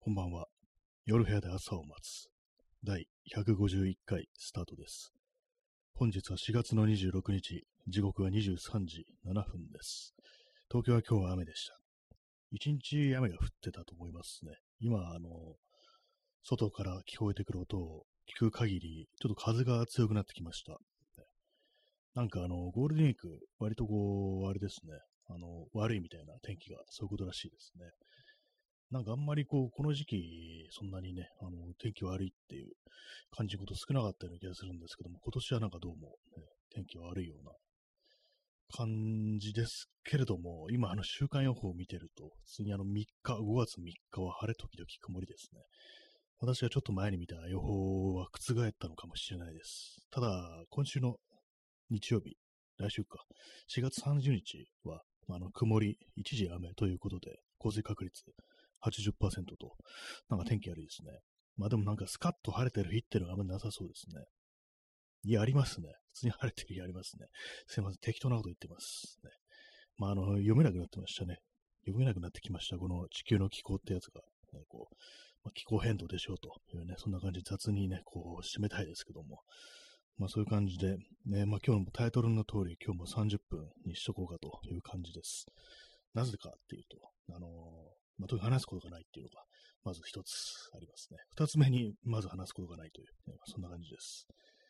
こんばんは。夜部屋で朝を待つ。第151回スタートです。本日は4月の26日、時刻は23時7分です。東京は今日は雨でした。一日雨が降ってたと思いますね。今、外から聞こえてくる音を聞く限り、ちょっと風が強くなってきました。なんかゴールデンウィーク、割とあれですね、悪いみたいな天気が、そういうことらしいですね。なんかあんまりこの時期、そんなにね、天気悪いっていう感じのこと少なかったような気がするんですけども、今年はなんかどうも、ね、天気悪いような感じですけれども、今週間予報を見てると、普通に5月3日は晴れ時々曇りですね。私はちょっと前に見た予報は覆ったのかもしれないです。ただ、今週の日曜日、来週か、4月30日は、曇り、一時雨ということで、降水確率80% と、なんか天気悪いですね。まあでもなんかスカッと晴れてる日っていうのはあんまりなさそうですね。いや、ありますね。普通に晴れてる日ありますね。すいません、適当なこと言ってます。ね、まあ読めなくなってましたね。読めなくなってきました。この地球の気候ってやつが、ね、気候変動でしょうというね、そんな感じで雑にね、締めたいですけども。まあそういう感じで、ね、まあ今日のタイトルの通り、今日も30分にしとこうかという感じです。なぜかっていうと、特に話すことがないっていうのが、まず一つありますね。二つ目に、まず話すことがないという、ね、そんな感じです。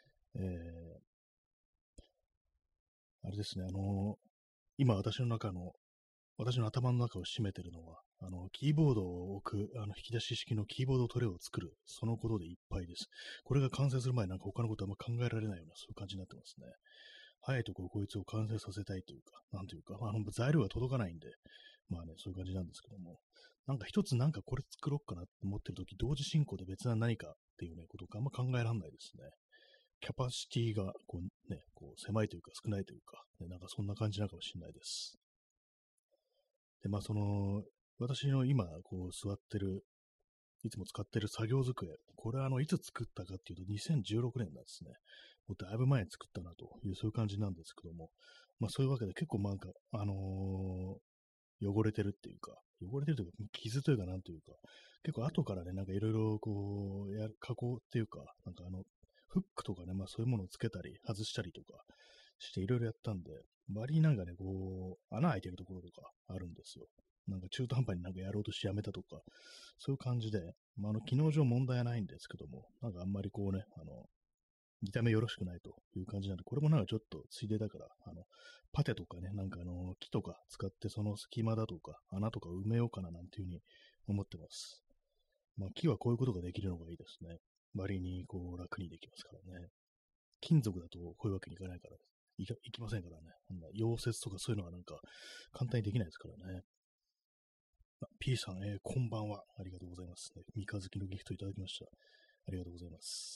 あれですね、今私の頭の中を占めてるのは、キーボードを置く、引き出し式のキーボードトレイを作る、そのことでいっぱいです。これが完成する前、なんか他のことはあんま考えられないような、そういう感じになってますね。早いとこいつを完成させたいというか、なんというか、材料が届かないんで、まあね、そういう感じなんですけども、なんか一つなんかこれ作ろうかなって思ってるとき、同時進行で別な何かっていうね、ことがあんま考えられないですね。キャパシティが狭いというか少ないというか、ね、なんかそんな感じなのかもしれないです。で、まあ私の今座ってる、いつも使ってる作業机、これはいつ作ったかっていうと2016年なんですね。もうだいぶ前に作ったなという、そういう感じなんですけども、まあそういうわけで結構なんか、汚れてるっていうか、汚れてるというか、傷というかなんというか、結構後からね、なんかいろいろ加工っていうか、なんかフックとかね、まあそういうものをつけたり、外したりとかしていろいろやったんで、割になんかね、穴開いてるところとかあるんですよ。なんか中途半端になんかやろうとしてやめたとか、そういう感じで、まあ機能上問題はないんですけども、なんかあんまり見た目よろしくないという感じなんで、これもなんかちょっとついでだから、パテとかね、なんか木とか使ってその隙間だとか、穴とか埋めようかななんていうふうに思ってます。まあ木はこういうことができるのがいいですね。割に楽にできますからね。金属だとこういうわけにいかないから、いきませんからね。溶接とかそういうのはなんか簡単にできないですからね。P さん、こんばんは。ありがとうございます、ね。三日月のギフトいただきました。ありがとうございます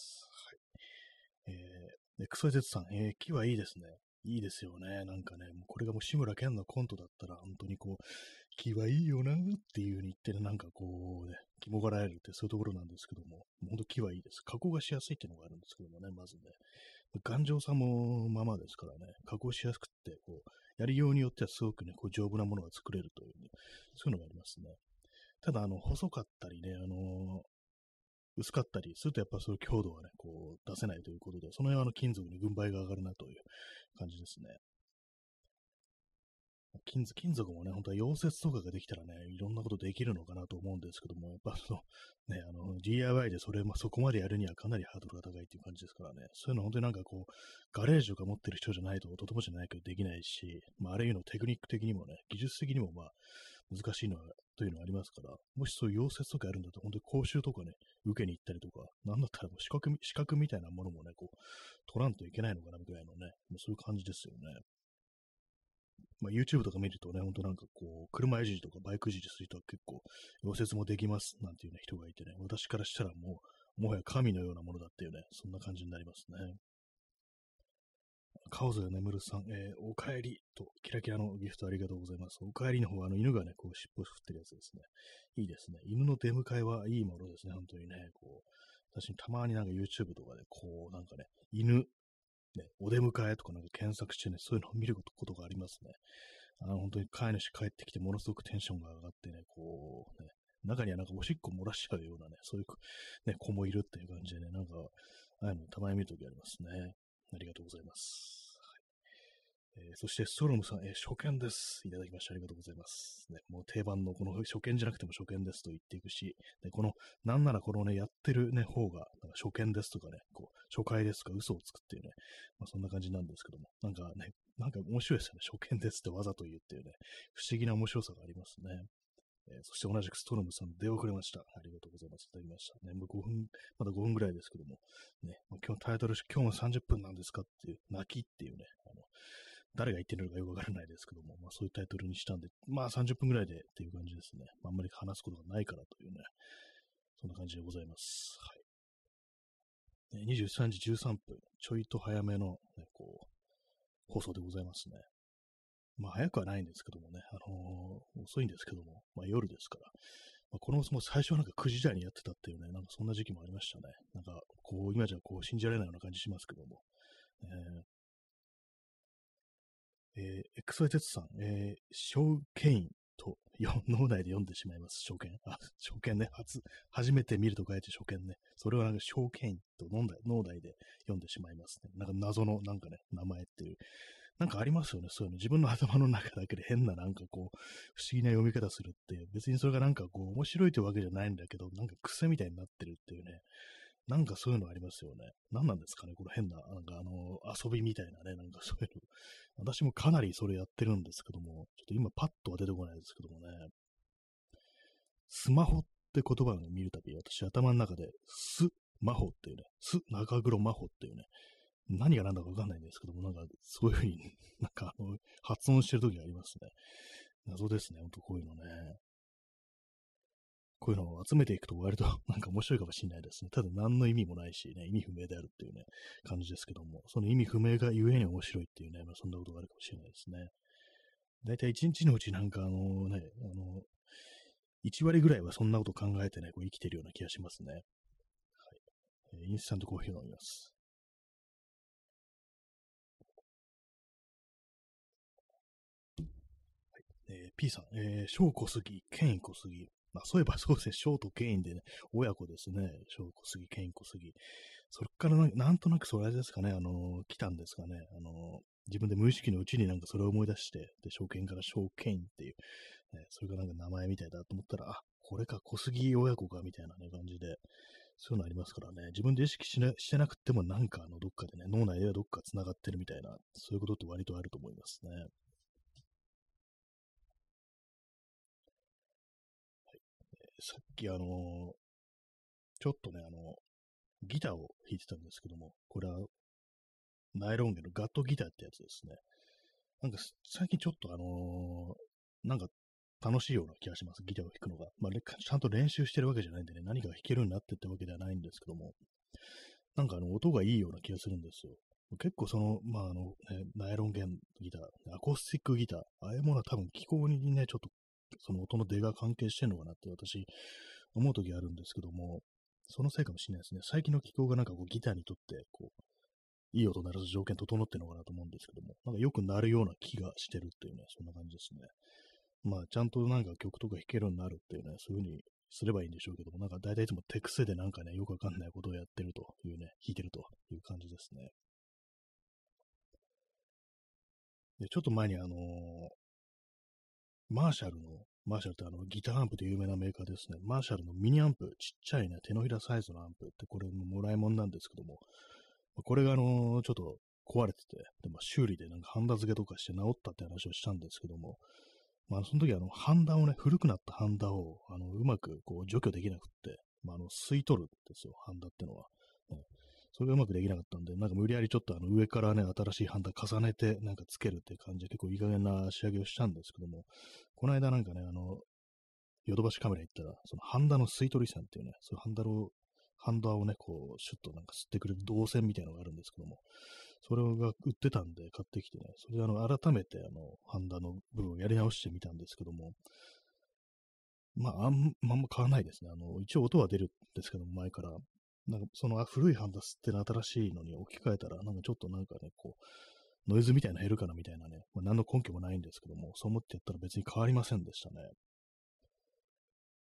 。XYZ さん、木はいいですね。いいですよね。なんかね、もうこれがもう志村けんのコントだったら、本当に木はいいよなっていう風に言ってね、なんか肝がられるってそういうところなんですけども、本当木はいいです。加工がしやすいっていうのがあるんですけどもね、まずね。頑丈さもままですからね、加工しやすくって、やりようによってはすごくね、丈夫なものが作れるという、ね、そういうのがありますね。ただ、細かったりね、薄かったりすると、やっぱそういう強度はね、出せないということで、その辺は金属に軍配が上がるなという感じですね。金属もね、本当は溶接とかができたらね、いろんなことできるのかなと思うんですけども、やっぱね、DIY でそこまでやるにはかなりハードルが高いっていう感じですからね、そういうの本当になんかガレージとか持ってる人じゃないと、とてもじゃないけどできないし、まあ、あるいはテクニック的にもね、技術的にもまあ、難しいのは、というのはありますから、もしそういう溶接とかやるんだと、本当に講習とかね、受けに行ったりとか、なんだったら資格みたいなものもね、取らんといけないのかな、ぐらいのね、もうそういう感じですよね。まあ、YouTube とか見るとね、ほんとなんか車いじりとかバイクいじりする人は結構、溶接もできますなんていうね、人がいてね、私からしたらもはや神のようなものだっていうね、そんな感じになりますね。カオズが眠るさん、お帰りと、キラキラのギフトありがとうございます。お帰りの方、犬がね、尻尾を振ってるやつですね。いいですね。犬の出迎えはいいものですね、本当にね。私たまになんか YouTube とかで、なんかね、犬、ね、お出迎えとかなんか検索してね、そういうのを見ることがありますね。本当に飼い主帰ってきてものすごくテンションが上がってね、ね、 中にはなんかおしっこ漏らしちゃうようなね、そういう子、ね、子もいるっていう感じでね、なんか、ああいうのたまに見るときありますね。ありがとうございます。そして、ストロムさん、初見です。いただきましてありがとうございます。ね、もう定番のこの初見じゃなくても初見ですと言っていくし、ね、この、なんならこのね、やってるね、方が、なんか初見ですとかね、こう、初回ですとか嘘をつくっていうね、まあそんな感じなんですけども、なんかね、なんか面白いですよね。初見ですってわざと言うっていうね、不思議な面白さがありますね。そして同じくストロムさん、出遅れました。ありがとうございます。いただきました。ね、もう5分、まだ5分ぐらいですけども、ね、今日タイトル、今日も30分なんですかっていう、泣きっていうね、誰が言ってるのかよくわからないですけども、まあそういうタイトルにしたんで、まあ30分ぐらいでっていう感じですね。あんまり話すことがないからというね、そんな感じでございます。はい。23時13分、ちょいと早めの、ね、こう、放送でございますね。まあ早くはないんですけどもね、遅いんですけども、まあ夜ですから、まあ、この放送も最初はなんか9時台にやってたっていうね、なんかそんな時期もありましたね。なんか、こう、今じゃこう信じられないような感じしますけども。XYZ さん、証券と脳内で読んでしまいます。証券。あ、証券ね。初めて見ると書いて証券ね。それはなんか証券と脳内で読んでしまいますね。なんか謎のなんかね、名前っていう。なんかありますよね。そういうの。自分の頭の中だけで変ななんかこう、不思議な読み方するっていう。別にそれがなんかこう、面白いというわけじゃないんだけど、なんか癖みたいになってるっていうね。なんかそういうのありますよね。何なんですかね、この変な、なんか遊びみたいなね、なんかそういうの。私もかなりそれやってるんですけども、ちょっと今パッとは出てこないですけどもね、スマホって言葉をね、見るたび、私頭の中で、マホっていうね、中黒マホっていうね、何が何だかわかんないんですけども、なんかそういうふうに、なんか発音してる時がありますね。謎ですね、ほんとこういうのね。こういうのを集めていくと割となんか面白いかもしれないですね。ただ何の意味もないしね、意味不明であるっていうね、感じですけども、その意味不明がゆえに面白いっていうね、まあそんなことがあるかもしれないですね。だいたい1日のうちなんか1割ぐらいはそんなこと考えてね、こう生きてるような気がしますね。はい。インスタントコーヒーを飲みます。P さん、小小杉、ケイン小杉。まあ、そういえばそうですね、ショーとケインでね、親子ですね。小小杉、ケイン小杉。それからなんとなくそれですかね、来たんですかね。自分で無意識のうちになんかそれを思い出して、で、証券から証券っていう、ね、それがなんか名前みたいだと思ったら、あ、これか小杉親子かみたいなね、感じで、そういうのありますからね、自分で意識してなくてもなんかどっかでね、脳内ではどっか繋がってるみたいな、そういうことって割とあると思いますね。さっきちょっとね、ギターを弾いてたんですけども、これはナイロン弦のガットギターってやつですね。なんか最近ちょっとなんか楽しいような気がします、ギターを弾くのが。まあ、ちゃんと練習してるわけじゃないんでね、何か弾けるようになってってわけではないんですけども、なんか音がいいような気がするんですよ。結構まあナイロン弦ギター、アコースティックギター、ああいうものは多分気候にね、ちょっとその音の出が関係してるのかなって私思う時があるんですけども、そのせいかもしれないですね。最近の気候がなんかこうギターにとってこういい音鳴らす条件整ってるのかなと思うんですけども、なんかよく鳴るような気がしてるっていうね、そんな感じですね。まあ、ちゃんとなんか曲とか弾けるようになるっていうね、そういう風にすればいいんでしょうけども、なんか大体いつも手癖でなんかね、よくわかんないことをやってるというね、弾いてるという感じですね。で、ちょっと前にマーシャルってギターアンプで有名なメーカーですね。マーシャルのミニアンプ、ちっちゃいね、手のひらサイズのアンプって、これもらい物なんですけども、これがちょっと壊れてて、で、まあ、修理でなんかハンダ付けとかして直ったって話をしたんですけども、まあ、その時ハンダをね、古くなったハンダを、うまくこう除去できなくって、まあ、吸い取るんですよ、ハンダってのは。ね、それがうまくできなかったんで、なんか無理やりちょっと上からね、新しいハンダ重ねてなんかつけるって感じで結構いい加減な仕上げをしたんですけども、この間なんかね、ヨドバシカメラ行ったら、そのハンダの吸い取り線っていうね、そういうハンダをね、こう、シュッとなんか吸ってくれる導線みたいなのがあるんですけども、それが売ってたんで買ってきてね、それで改めてハンダの部分をやり直してみたんですけども、まあ、あんま変わらないですね。一応音は出るんですけども、前から。なんか、その古いハンダ吸ってる新しいのに置き換えたら、なんかちょっとなんかね、こう、ノイズみたいなの減るかなみたいなね、まあ、何の根拠もないんですけども、そう思ってやったら別に変わりませんでしたね。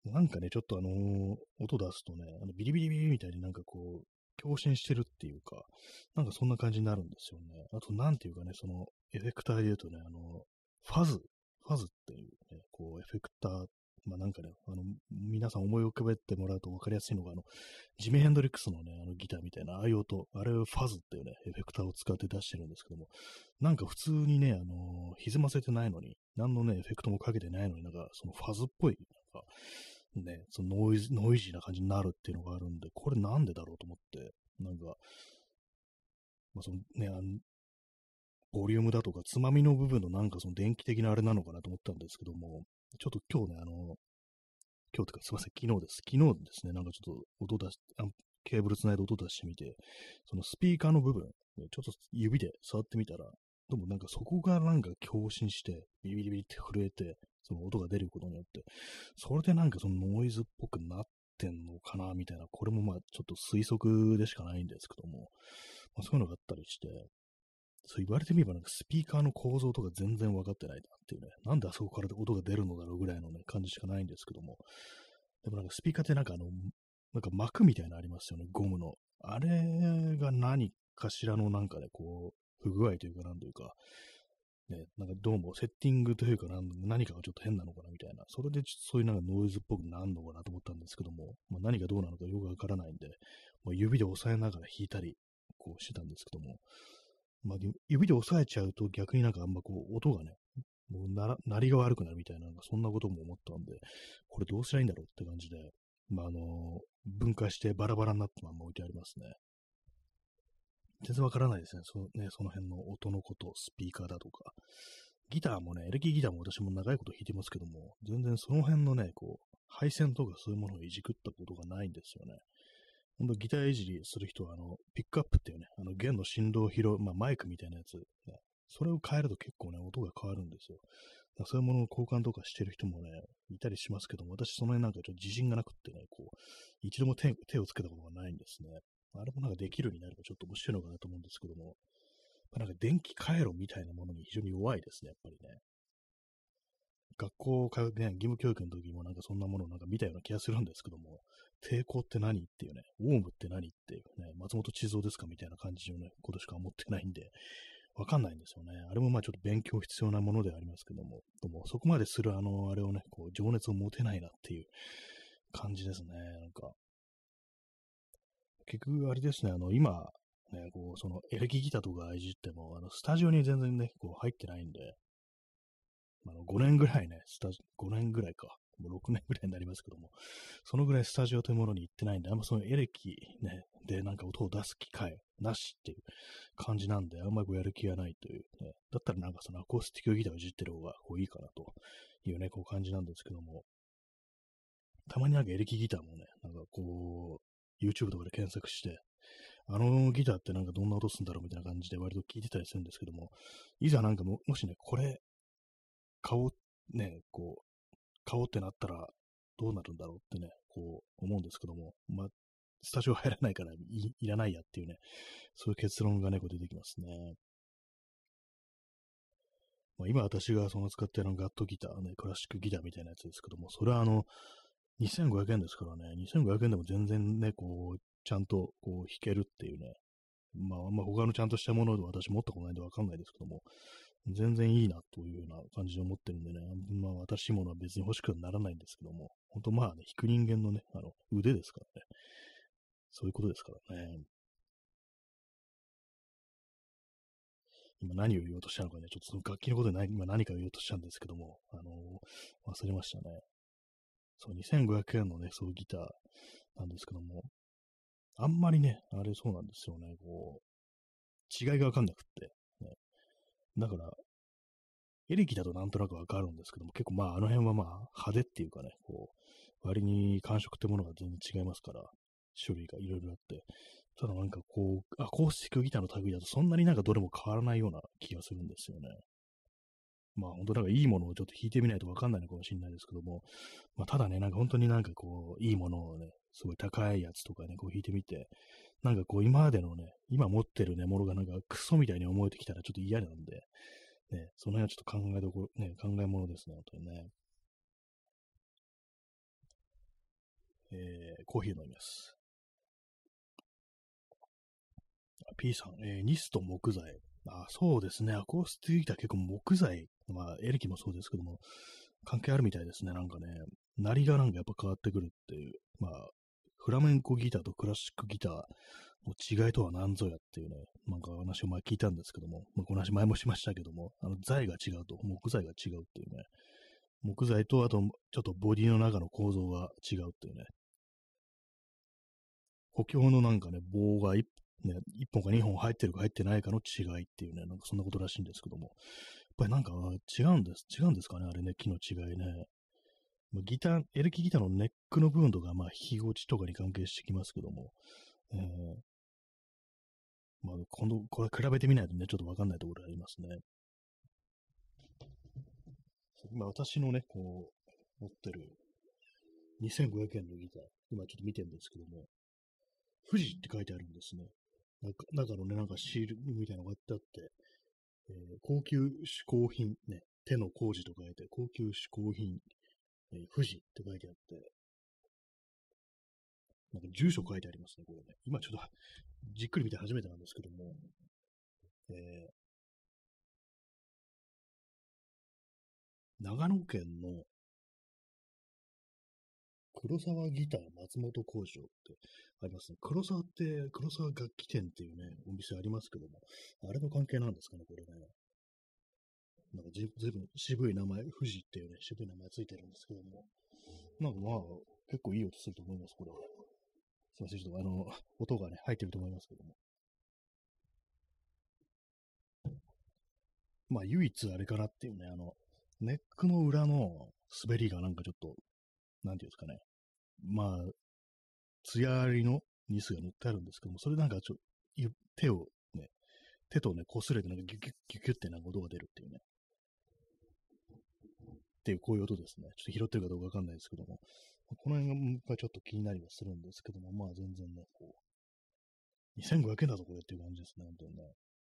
なんかね、ちょっと音出すとね、ビリビリビリみたいになんかこう、共振してるっていうか、なんかそんな感じになるんですよね。あと、なんていうかね、その、エフェクターで言うとね、ファズっていうね、こう、エフェクター、まあなんかね、皆さん思い浮かべてもらうと分かりやすいのが、ジミー・ヘンドリックスのね、ギターみたいな、ああいう音、あれをファズっていうね、エフェクターを使って出してるんですけども、なんか普通にね、歪ませてないのに、何のね、エフェクトもかけてないのになんか、そのファズっぽい、なんか、ね、そのノイジーな感じになるっていうのがあるんで、これなんでだろうと思って、なんか、まあ、そのね、ボリュームだとか、つまみの部分のなんかその電気的なあれなのかなと思ったんですけども、ちょっと今日ね、今日とかすいません、昨日です。昨日ですね、なんかちょっと音出し、ケーブルつないで音出してみて、そのスピーカーの部分、ねちょっと指で触ってみたら、どうもなんかそこがなんか共振して、ビリビリビリって震えて、その音が出ることによって、それでなんかそのノイズっぽくなってんのかな、みたいな、これもまあちょっと推測でしかないんですけども、まあ、そういうのがあったりして、そう言われてみればなんかスピーカーの構造とか全然分かってないなっていうね、なんであそこから音が出るのだろうぐらいのね、感じしかないんですけども、でもなんかスピーカーってなんかなんか膜みたいなのありますよね、ゴムの。あれが何かしらのなんかね、こう、不具合というかなんというか、ね、なんかどうもセッティングというか何かがちょっと変なのかなみたいな、それでそういうなんかノイズっぽくなるのかなと思ったんですけども、まあ、何がどうなのかよくわからないんで、まあ、指で押さえながら弾いたり、こうしてたんですけども、まあ、指で押さえちゃうと逆になんかあんまこう音がね、もう鳴りが悪くなるみたいな、そんなことも思ったんで、これどうすりゃいいんだろうって感じで、まあ、分解してバラバラになったまま置いてありますね。全然わからないですね。その辺の音のこと、スピーカーだとか。ギターもね、エレキギターも私も長いこと弾いてますけども、全然その辺のね、こう、配線とかそういうものをいじくったことがないんですよね。ほんとギターいじりする人は、ピックアップっていうね、弦の振動を拾う、まあ、マイクみたいなやつ、ね、それを変えると結構ね、音が変わるんですよ。だからそういうものの交換とかしてる人もね、いたりしますけども、私その辺なんかちょっと自信がなくってね、こう、一度も手をつけたことがないんですね。あれもなんかできるようになればちょっと面白いのかなと思うんですけども、なんか電気回路みたいなものに非常に弱いですね、やっぱりね。学校通ってね、義務教育の時もなんかそんなものをなんか見たような気がするんですけども、抵抗って何っていうね、オウムって何っていうね、松本千蔵ですかみたいな感じのね、ことしか思ってないんで、わかんないんですよね。あれもまあちょっと勉強必要なものではありますけども、でもそこまでするあれをね、こう、情熱を持てないなっていう感じですね。なんか、結局あれですね、今、ね、こう、そのエレキギターとかいじっても、スタジオに全然ね、こう入ってないんで、5年ぐらいね、5年ぐらいか、もう6年ぐらいになりますけども、そのぐらいスタジオというものに行ってないんで、あんまそのエレキね、でなんか音を出す機会なしっていう感じなんで、あんまりこうやる気がないというね、だったらなんかそのアコースティックギターをいじってる方がこういいかなというね、こう感じなんですけども、たまになんかエレキギターもね、なんかこう、YouTube とかで検索して、あのギターってなんかどんな音するんだろうみたいな感じで割と聞いてたりするんですけども、いざなんかもしね、これ買おう、ね、こう、買おうってなったらどうなるんだろうってね、こう思うんですけども、まあ、スタジオ入らないからいらないやっていうね、そういう結論がね、こう出てきますね。まあ、今私がその使ってるガットギターね、クラシックギターみたいなやつですけども、それは2500円ですからね、2500円でも全然ね、こう、ちゃんとこう弾けるっていうね、まあ、あんま他のちゃんとしたもので私持ったことないんでわかんないですけども、全然いいなというような感じで思ってるんでね、まあ新しいものは別に欲しくはならないんですけども、本当まあね、弾く人間のね、腕ですからね、そういうことですからね。今何を言おうとしたのかね、ちょっとその楽器のことで今何かを言おうとしたんですけども、忘れましたね。そう、2500円のね、そうギターなんですけども、あんまりね、あれそうなんですよね、こう、違いがわかんなくって、ね。だから、エレキだとなんとなくわかるんですけども、結構まあ、あの辺はまあ、派手っていうかね、こう、割に感触ってものが全然違いますから、種類がいろいろあって、ただなんかこう、アコースティックギターの類だとそんなになんかどれも変わらないような気がするんですよね。まあ本当なんかいいものをちょっと弾いてみないとわかんないのかもしれないですけども、まあただね、なんか本当になんかこう、いいものをね、すごい高いやつとかね、こう弾いてみて、なんかこう今までのね、今持ってるね、ものがなんかクソみたいに思えてきたらちょっと嫌なんで、ね、その辺はちょっと考えものですね、本当にね。 コーヒーを飲みます。P さん、ニスと木材。そうですね。アコースティックギター結構木材、エレキもそうですけども、関係あるみたいですね。なんかね、鳴りがなんかやっぱ変わってくるっていう。フラメンコギターとクラシックギターの違いとは何ぞやっていうね、なんか話を前聞いたんですけども、この話前もしましたけども、材が違うと、木材が違うっていうね、木材と、あと、ちょっとボディの中の構造が違うっていうね、補強のなんかね、棒が1本か2本入ってるか入ってないかの違いっていうね、なんかそんなことらしいんですけども、やっぱりなんか違うんですかね、あれね、木の違いね。エレキギターのネックの部分とか、弾き心地とかに関係してきますけども、今度、これ比べてみないとね、ちょっとわかんないところがありますね。今、私のね、持ってる2500円のギター、今ちょっと見てるんですけども、富士って書いてあるんですね。中のね、なんかシールみたいなのが貼ってあって、高級嗜好品、ね、手の工事と書いて、高級嗜好品、富士って書いてあって、なんか住所書いてありますね、これね。今ちょっとじっくり見て初めてなんですけども、長野県の黒沢ギター松本工場ってありますね。黒沢楽器店っていうね、お店ありますけども、あれの関係なんですかね、これね。なんかずいぶん渋い名前、富士っていうね、渋い名前ついてるんですけども、なんか結構いい音すると思います、これは。すいません、ちょっと音がね、入ってると思いますけども。唯一あれかなっていうね、ネックの裏の滑りがなんかちょっと、なんていうんですかね。艶ありのニスが塗ってあるんですけども、それなんか手をね、手とね、擦れてなんかギュギュッギュギュッってなんか音が出るっていうね。っていうこういう音ですね。ちょっと拾ってるかどうかわかんないですけども。この辺がちょっと気になりはするんですけども、全然ね、2500円だぞこれっていう感じですね、本当にね。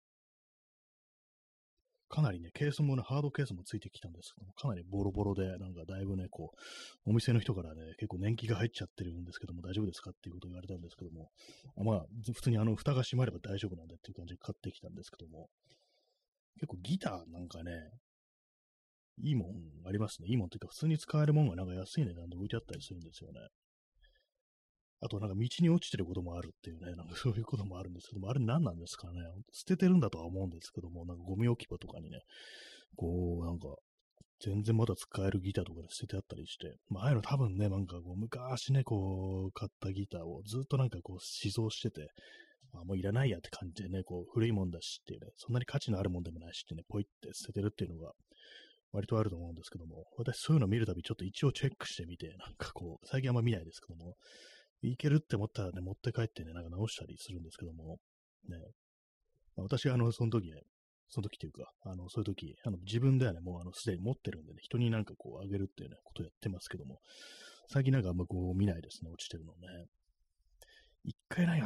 かなりね、ケースもね、ハードケースもついてきたんですけども、かなりボロボロで、なんかだいぶね、お店の人からね、結構年季が入っちゃってるんですけども、大丈夫ですかっていうことを言われたんですけども、普通に蓋が閉まれば大丈夫なんだっていう感じで買ってきたんですけども、結構ギターなんかね、いいもんありますね。いいもんっていうか、普通に使えるもんがなんか安い値段で置いてあったりするんですよね。あとなんか道に落ちてることもあるっていうね、なんかそういうこともあるんですけども、あれ何なんですかね。捨ててるんだとは思うんですけども、なんかゴミ置き場とかにね、なんか、全然まだ使えるギターとかで捨ててあったりして、ああいうの多分ね、なんか昔ね、買ったギターをずっとなんか試造してて、もういらないやって感じでね、古いもんだしっていうね、そんなに価値のあるもんでもないしってね、ポイって捨ててるっていうのが、割とあると思うんですけども、私そういうの見るたびちょっと一応チェックしてみて、なんか最近あんま見ないですけども、いけるって思ったらね、持って帰ってね、なんか直したりするんですけども、ね、私はその時というか、そういう時、自分ではね、もうすでに持ってるんでね、人になんかあげるっていうね、ことをやってますけども、最近なんかあんま見ないですね、落ちてるのね。一回ね、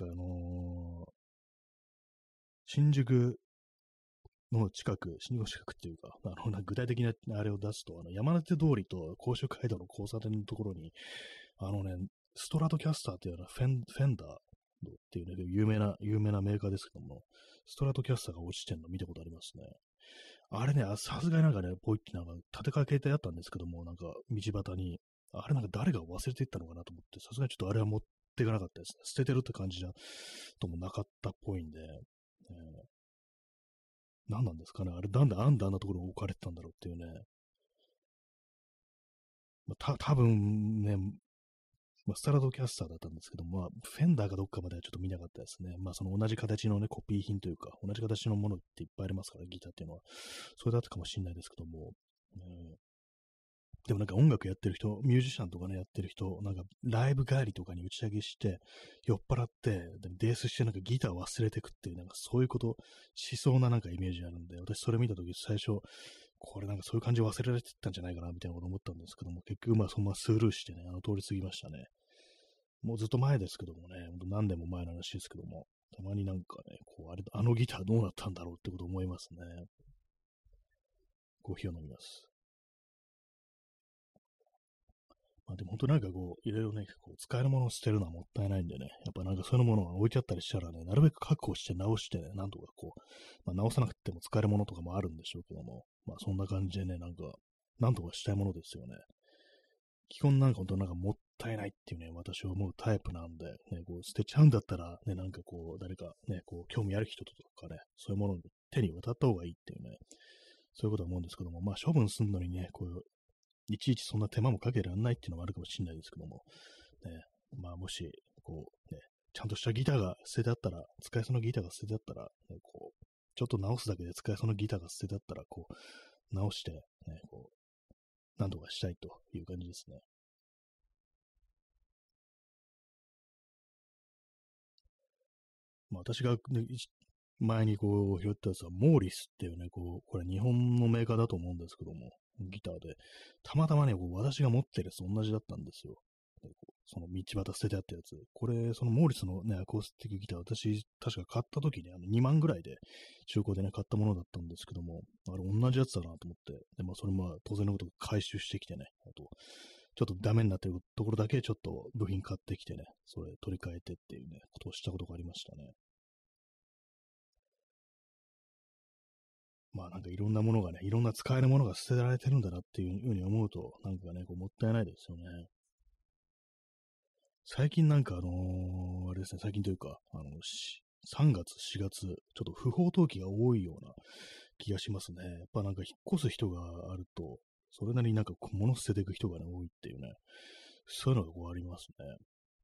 新宿の近く、新宿近くっていうか、具体的なあれを出すと、山手通りと甲州街道の交差点のところに、ストラトキャスターっていうのはフェンダーっていうね、有名なメーカーですけども、ストラトキャスターが落ちてんの見たことありますね。あれね、さすがになんかね、ポイってなんか立てかけてあったんですけども、なんか道端に、あれなんか誰が忘れていったのかなと思って、さすがにちょっとあれは持っていかなかったですね。捨ててるって感じじゃともなかったっぽいんで、何なんですかね。あれなんであんなところに置かれてたんだろうっていうね。多分ね、スタラトキャスターだったんですけども、フェンダーかどっかまではちょっと見なかったですね。その同じ形のね、コピー品というか、同じ形のものっていっぱいありますから、ギターっていうのは。それだったかもしれないですけども、でもなんか音楽やってる人、ミュージシャンとかね、やってる人、なんかライブ帰りとかに打ち上げして、酔っ払って、でベースしてなんかギター忘れてくっていう、なんかそういうことしそうななんかイメージあるんで、私それ見たとき最初、これなんかそういう感じ忘れられてたんじゃないかなみたいなこと思ったんですけども、結局そのままスルーしてね、通り過ぎましたね。もうずっと前ですけどもね、何年も前の話ですけども、たまになんかね、あのギターどうなったんだろうってこと思いますね。コーヒーを飲みます。 でも本当なんかこう、いろいろね、こう使えるものを捨てるのはもったいないんでね、やっぱなんかそういうものが置いてあったりしたらね、なるべく確保して直してね、なんとかこう、直さなくても使えるものとかもあるんでしょうけども、そんな感じでね、なんか、なんとかしたいものですよね。基本なんか本当なんかもったいないっていうね、私は思うタイプなんで、ね、こう捨てちゃうんだったら、ね、なんかこう、誰かね、こう、興味ある人とかね、そういうものに手に渡った方がいいっていうね、そういうことは思うんですけども、処分するのにね、こう、いちいちそんな手間もかけられないっていうのもあるかもしれないですけども、ね、もし、こう、ね、ちゃんとしたギターが捨ててあったら、使えそうなギターが捨ててあったら、ね、こう、ちょっと直すだけで使えそうなギターが捨ててあったら、こう、直して、ね、こう、なんとかしたいという感じですね。私が、ね、前にこう拾ったやつは、モーリスっていうね、こう、これ日本のメーカーだと思うんですけども、ギターで、たまたまね、こう私が持ってるやつと同じだったんですよ。でこうその道端捨ててあったやつ。これ、そのモーリスのね、アコースティックギター、私、確か買った時に2万ぐらいで中古でね、買ったものだったんですけども、あれ同じやつだなと思って、で、それも当然のこと回収してきてね、あと、ちょっとダメになってるところだけちょっと部品買ってきてね、それ取り替えてっていうね、ことをしたことがありましたね。なんかいろんなものがね、いろんな使えるものが捨てられてるんだなっていうふうに思うと、なんかね、こうもったいないですよね。最近なんかあれですね、最近というか、3月、4月、ちょっと不法投棄が多いような気がしますね。やっぱなんか引っ越す人があると、それなりになんか物捨てていく人がね、多いっていうね、そういうのがこうありますね。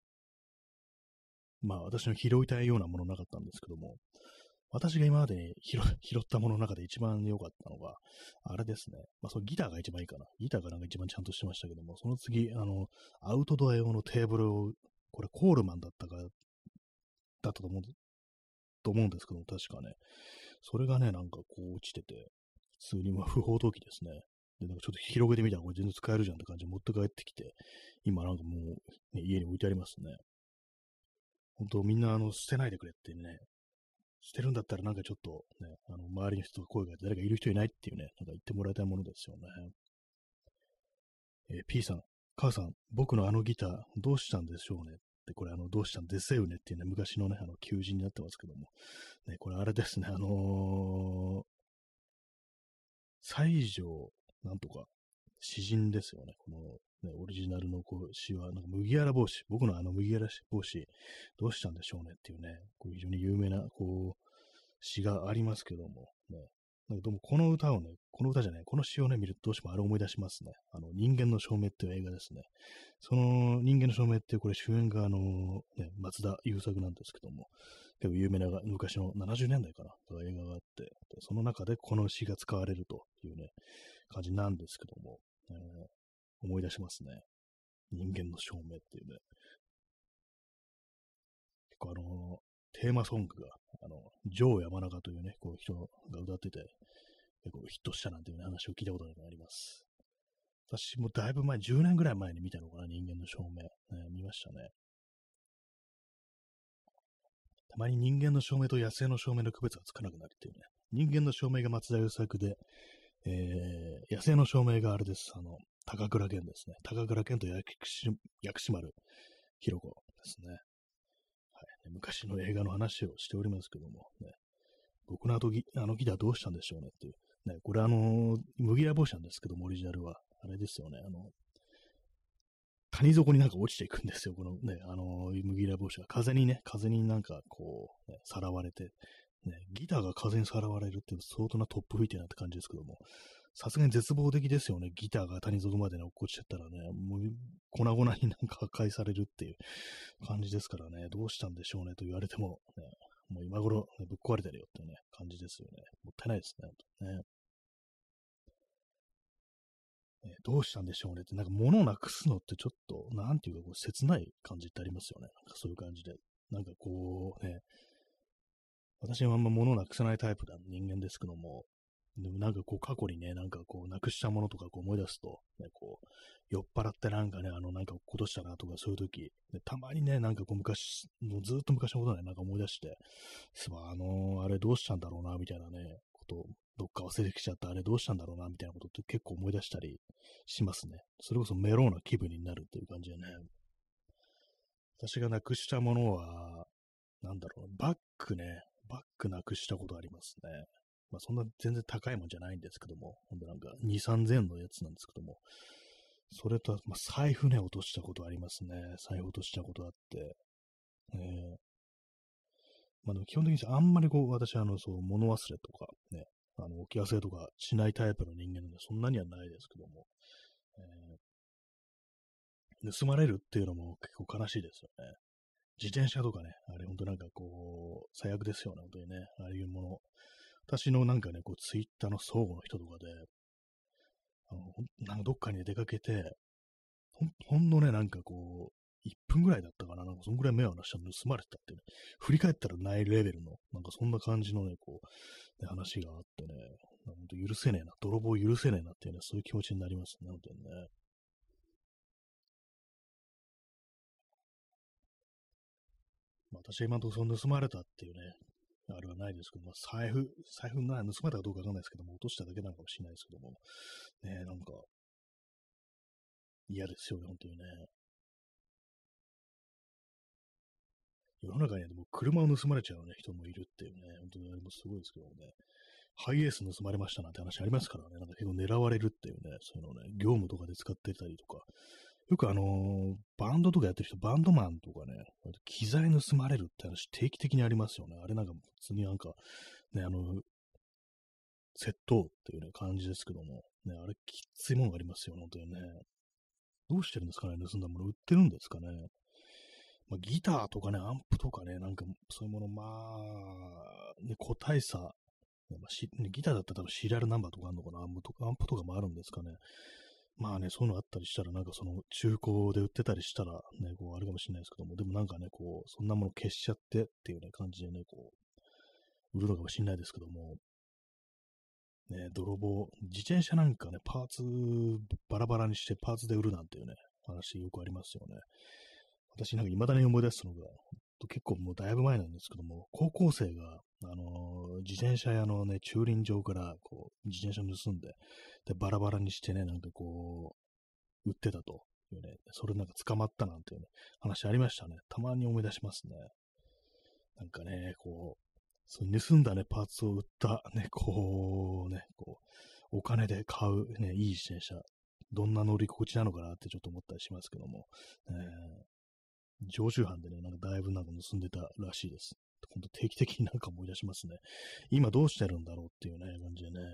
私の拾いたいようなものなかったんですけども、私が今までに拾ったものの中で一番良かったのが、あれですね。そのギターが一番いいかな。ギターがなんか一番ちゃんとしてましたけども、その次、アウトドア用のテーブルを、これコールマンだったか、だったと思うんですけども、確かね。それがね、なんかこう落ちてて、普通に不法投棄ですね。で、なんかちょっと広げてみたらこれ全然使えるじゃんって感じで持って帰ってきて、今なんかもう、ね、家に置いてありますね。本当みんな捨てないでくれってね、してるんだったらなんかちょっとね、周りの人と声が誰かいる人いないっていうね、なんか言ってもらいたいものですよね。P さん、母さん、僕のあのギターどうしたんでしょうねって、これどうしたんですよねっていうね、昔のね、求人になってますけども。ね、これあれですね、西条なんとか詩人ですよね。この、ね、オリジナルのこう詩は、なんか麦わら帽子、僕の麦わら帽子、どうしたんでしょうねっていうね、こう非常に有名な、こう、詩がありますけども、ね。なんかどうもこの歌をね、この歌じゃない、この詩をね、見るとどうしてもあれを思い出しますね。人間の証明っていう映画ですね。その人間の証明ってこれ主演がね、松田優作なんですけども、結構有名な昔の70年代かな、映画があって、でその中でこの詩が使われるというね、感じなんですけども、思い出しますね。人間の証明っていうね。結構テーマソングが、ジョー山中というね、こう人が歌ってて、結構ヒットしたなんていう、ね、話を聞いたことがあります。私もだいぶ前、10年ぐらい前に見たのかな、人間の証明。見ましたね。たまに人間の証明と野生の証明の区別がつかなくなるっていうね。人間の証明が松田優作で、野生の証明があれです。高倉健ですね。高倉健と薬師丸ひろ子ですね。はい、昔の映画の話をしておりますけども、ね、僕のあのギターどうしたんでしょうねっていう。ね、これ麦わら帽子なんですけども、オリジナルは。あれですよね。谷底になんか落ちていくんですよ。このね、麦わら帽子が。風になんかこう、ね、さらわれて、ね、ギターが風にさらわれるって相当な突風吹いてるなって感じですけども、さすがに絶望的ですよね。ギターが谷底までね、落っこちてったらね、もう粉々になんか破壊されるっていう感じですからね、どうしたんでしょうねと言われても、ね、もう今頃、ね、ぶっ壊れてるよっていうね、感じですよね。もったいないですね、本当ね。どうしたんでしょうねって、なんか物をなくすのってちょっと、なんていうか、こう切ない感じってありますよね。なんかそういう感じで。なんかこうね、私はあんま物をなくさないタイプな人間ですけども、でもなんかこう過去にね、なんかこうなくしたものとかこう思い出すと、ね、こう、酔っ払ってなんかね、なんか落としたなとかそういう時、でたまにね、なんかこう昔、もうずっと昔のことね、なんか思い出して、そういえばあれどうしたんだろうな、みたいなね、こことをどっか忘れてきちゃった、あれどうしたんだろうな、みたいなことって結構思い出したりしますね。それこそメローな気分になるっていう感じでね。私がなくしたものは、なんだろう、バッグね。バッグなくしたことありますね。まあそんな全然高いもんじゃないんですけども、ほんとなんか2、3000円のやつなんですけども、それと、まあ、財布ね、落としたことありますね。財布落としたことあって、まあでも基本的にあんまりこう、私そう、物忘れとかね、置き忘れとかしないタイプの人間なんで、そんなにはないですけども、盗まれるっていうのも結構悲しいですよね。自転車とかね、あれ本当なんかこう、最悪ですよね、本当にね、ああいうもの。私のなんかね、こう、ツイッターの相互の人とかで、なんかどっかに出かけて、ほんのね、なんかこう、1分ぐらいだったかな、なんかそんぐらい目を離したら盗まれてたってね、振り返ったらないレベルの、なんかそんな感じのね、こう、ね、話があってね、本当許せねえな、泥棒許せねえなっていうね、そういう気持ちになりますね、本当にね。まあ、私は今のところその盗まれたっていうね、あれはないですけど、まあ、財布盗まれたかどうかわかんないですけども、落としただけなのかもしれないですけども、ね、なんか嫌ですよね、本当にね。世の中にはでも車を盗まれちゃうね、人もいるっていうね、本当にあれもすごいですけどもね。ハイエース盗まれましたなんて話ありますからね、なんか結構狙われるっていうね、そういうのをね、業務とかで使ってたりとか、よくバンドとかやってる人、バンドマンとかね、機材盗まれるって話定期的にありますよね。あれなんか普通になんか、ね、窃盗っていうね、感じですけども、ね、あれきついものがありますよね、本当にね。どうしてるんですかね、盗んだもの売ってるんですかね。まあ、ギターとかね、アンプとかね、なんかそういうもの、まあ、ね、個体差、ねまあねギターだったら多分シリアルナンバーとかあるのかな、アンプとかもあるんですかね。まあね、そういうのあったりしたら、なんかその中古で売ってたりしたら、ね、こうあるかもしれないですけども、でもなんかね、こう、そんなもの消しちゃってっていうね、感じでね、こう、売るのかもしれないですけども、ね、泥棒、自転車なんかね、パーツバラバラにしてパーツで売るなんていうね、話よくありますよね。私なんか未だに思い出すのが、結構もうだいぶ前なんですけども、高校生が、自転車屋のね、駐輪場から、こう、自転車を盗んで、で、バラバラにしてね、なんかこう、売ってたというね、それなんか捕まったなんていうね、話ありましたね。たまに思い出しますね。なんかね、こう、その盗んだね、パーツを売った、ね、こう、ね、こう、お金で買う、ね、いい自転車、どんな乗り心地なのかなってちょっと思ったりしますけども、常習犯でね、なんかだいぶなんか盗んでたらしいです。ほんと定期的になんか思い出しますね。今どうしてるんだろうっていうね、感じでね。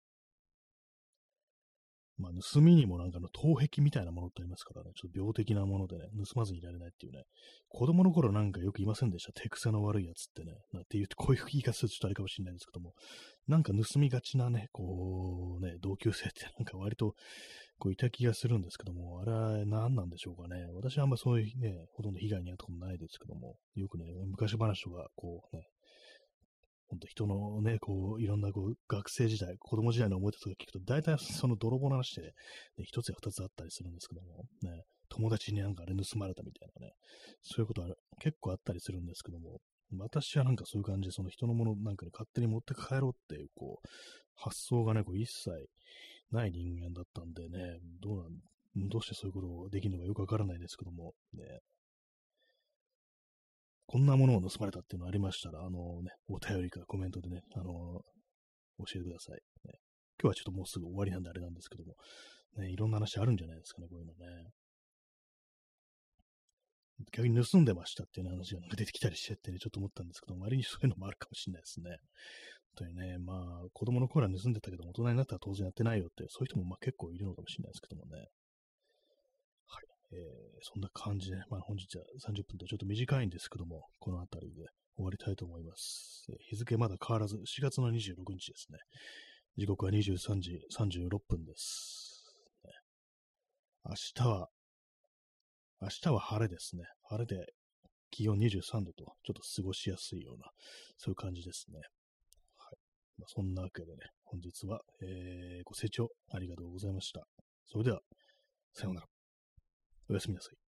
まあ、盗みにもなんか盗癖みたいなものってありますからね、ちょっと病的なものでね、盗まずにいられないっていうね、子供の頃なんかよく言いませんでした、手癖の悪いやつってね、なんていう、こういう言い方するとちょっとあれかもしれないんですけども、なんか盗みがちなね、こうね、同級生ってなんか割とこういた気がするんですけども、あれは何なんでしょうかね。私はあんまそういうね、ほとんど被害に遭ったことないですけども、よくね、昔話とか、こうね、ほんと人のね、こう、いろんなこう、学生時代、子供時代の思い出とか聞くと、大体その泥棒の話で、ね、一つや二つあったりするんですけども、ね、友達になんかあれ盗まれたみたいなね、そういうことは結構あったりするんですけども、私はなんかそういう感じで、その人のものなんかに勝手に持って帰ろうっていう、こう、発想がね、こう一切ない人間だったんでね、どうしてそういうことができるのかよくわからないですけども、ね、こんなものを盗まれたっていうのありましたら、お便りかコメントでね、教えてください。ね、今日はちょっともうすぐ終わりなんであれなんですけども、ね、いろんな話あるんじゃないですかね、こういうのね。逆に盗んでましたっていう話が出てきたりしてってね、ちょっと思ったんですけど、割にそういうのもあるかもしれないですね。本当にね、まあ、子供の頃は盗んでたけど、大人になったら当然やってないよって、そういう人もまあ結構いるのかもしれないですけどもね。はい。そんな感じで、まあ本日は30分とちょっと短いんですけども、この辺りで終わりたいと思います。日付まだ変わらず4月の26日ですね。時刻は23時36分です。明日は、明日は晴れですね。晴れで気温23度と、ちょっと過ごしやすいような、そういう感じですね。はい。まあ、そんなわけでね、本日は、ご清聴ありがとうございました。それでは、さようなら。おやすみなさい。